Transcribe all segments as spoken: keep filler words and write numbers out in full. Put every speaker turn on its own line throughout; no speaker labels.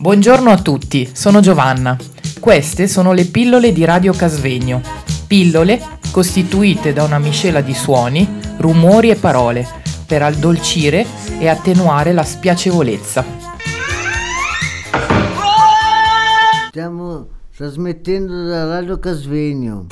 Buongiorno a tutti, sono Giovanna. Queste sono le pillole di Radio Casvegno. Pillole costituite da una miscela di suoni, rumori e parole per addolcire e attenuare la spiacevolezza.
Stiamo trasmettendo da Radio Casvegno.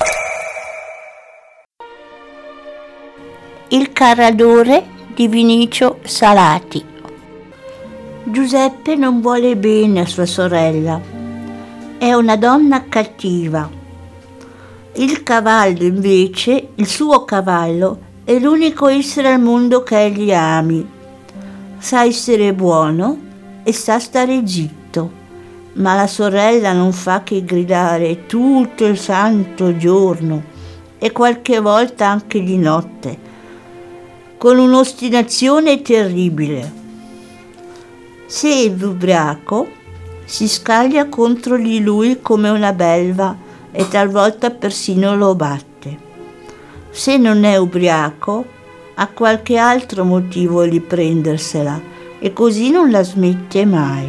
Il carradore di Vinicio Salati. Giuseppe non vuole bene a sua sorella. È una donna cattiva. Il cavallo, invece, il suo cavallo, è l'unico essere al mondo che egli ami. Sa essere buono e sa stare zitto, ma la sorella non fa che gridare tutto il santo giorno e qualche volta anche di notte, con un'ostinazione terribile. Se è ubriaco, si scaglia contro di lui come una belva e talvolta persino lo batte. Se non è ubriaco, ha qualche altro motivo di prendersela e così non la smette mai.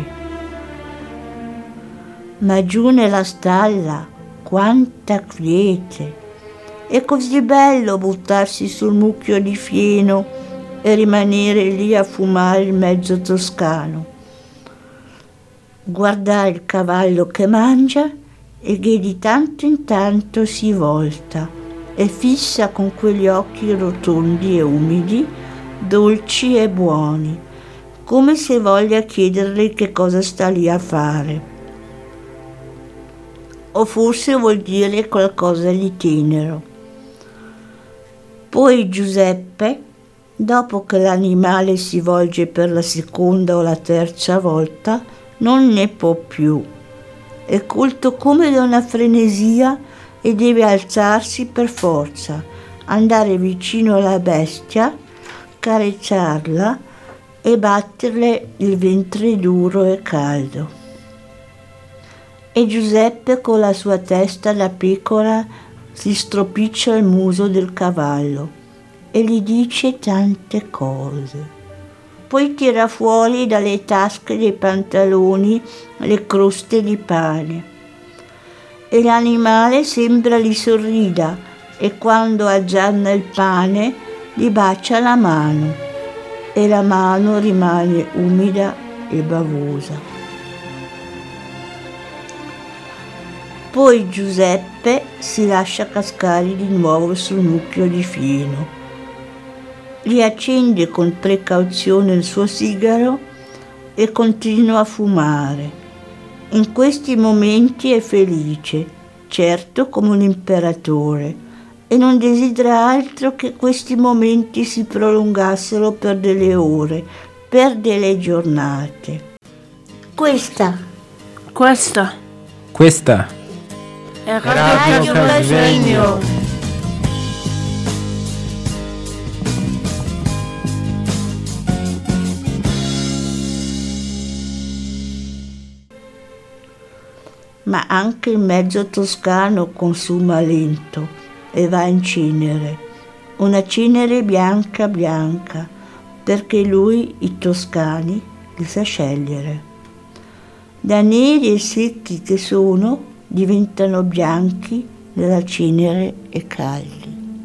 Ma giù nella stalla, quanta quiete! È così bello buttarsi sul mucchio di fieno e rimanere lì a fumare il mezzo toscano. Guardare il cavallo che mangia e che di tanto in tanto si volta e fissa con quegli occhi rotondi e umidi, dolci e buoni, come se voglia chiederle che cosa sta lì a fare. O forse vuol dire qualcosa di tenero. Poi Giuseppe, dopo che l'animale si volge per la seconda o la terza volta, non ne può più. È colto come da una frenesia e deve alzarsi per forza, andare vicino alla bestia, carezzarla e batterle il ventre duro e caldo. E Giuseppe con la sua testa da pecora si stropiccia il muso del cavallo e gli dice tante cose. Poi tira fuori dalle tasche dei pantaloni le croste di pane e l'animale sembra gli sorrida e quando aggianna il pane gli bacia la mano e la mano rimane umida e bavosa. Poi Giuseppe si lascia cascare di nuovo sul mucchio di fieno. Riaccende con precauzione il suo sigaro e continua a fumare. In questi momenti è felice, certo come un imperatore, e non desidera altro che questi momenti si prolungassero per delle ore, per delle giornate. Questa,
Questa
Questa
è
Radio
Radio Casvegno.
ma anche il mezzo toscano consuma lento e va in cenere, una cenere bianca bianca, perché lui, i toscani, li sa scegliere. Da neri e secchi che sono, diventano bianchi nella cenere e caldi.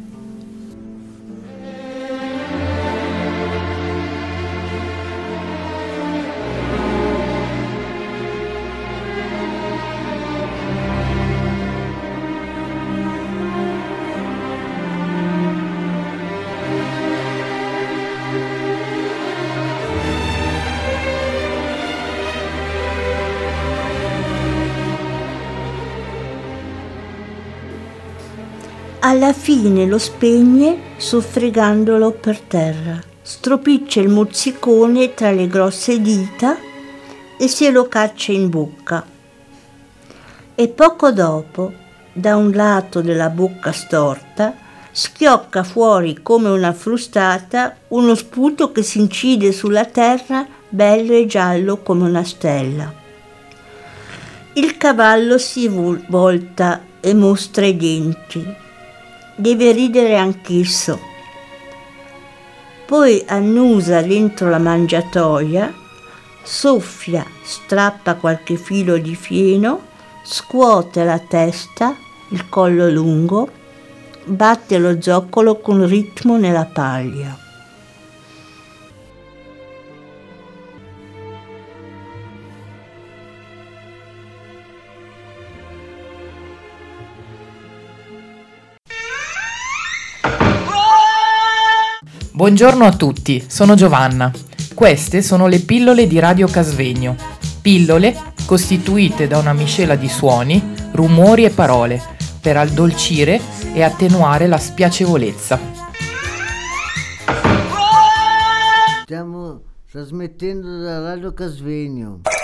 Alla fine lo spegne soffregandolo per terra, stropiccia il mozzicone tra le grosse dita e se lo caccia in bocca. E poco dopo, da un lato della bocca storta, schiocca fuori come una frustata uno sputo che si incide sulla terra bello e giallo come una stella. Il cavallo si volta e mostra i denti. Deve ridere anch'esso. Poi annusa dentro la mangiatoia soffia, strappa qualche filo di fieno, scuote la testa, il collo lungo, batte lo zoccolo con ritmo nella paglia.
Buongiorno a tutti, sono Giovanna. Queste sono le pillole di Radio Casvegno. Pillole costituite da una miscela di suoni, rumori e parole per addolcire e attenuare la spiacevolezza.
Stiamo trasmettendo da Radio Casvegno.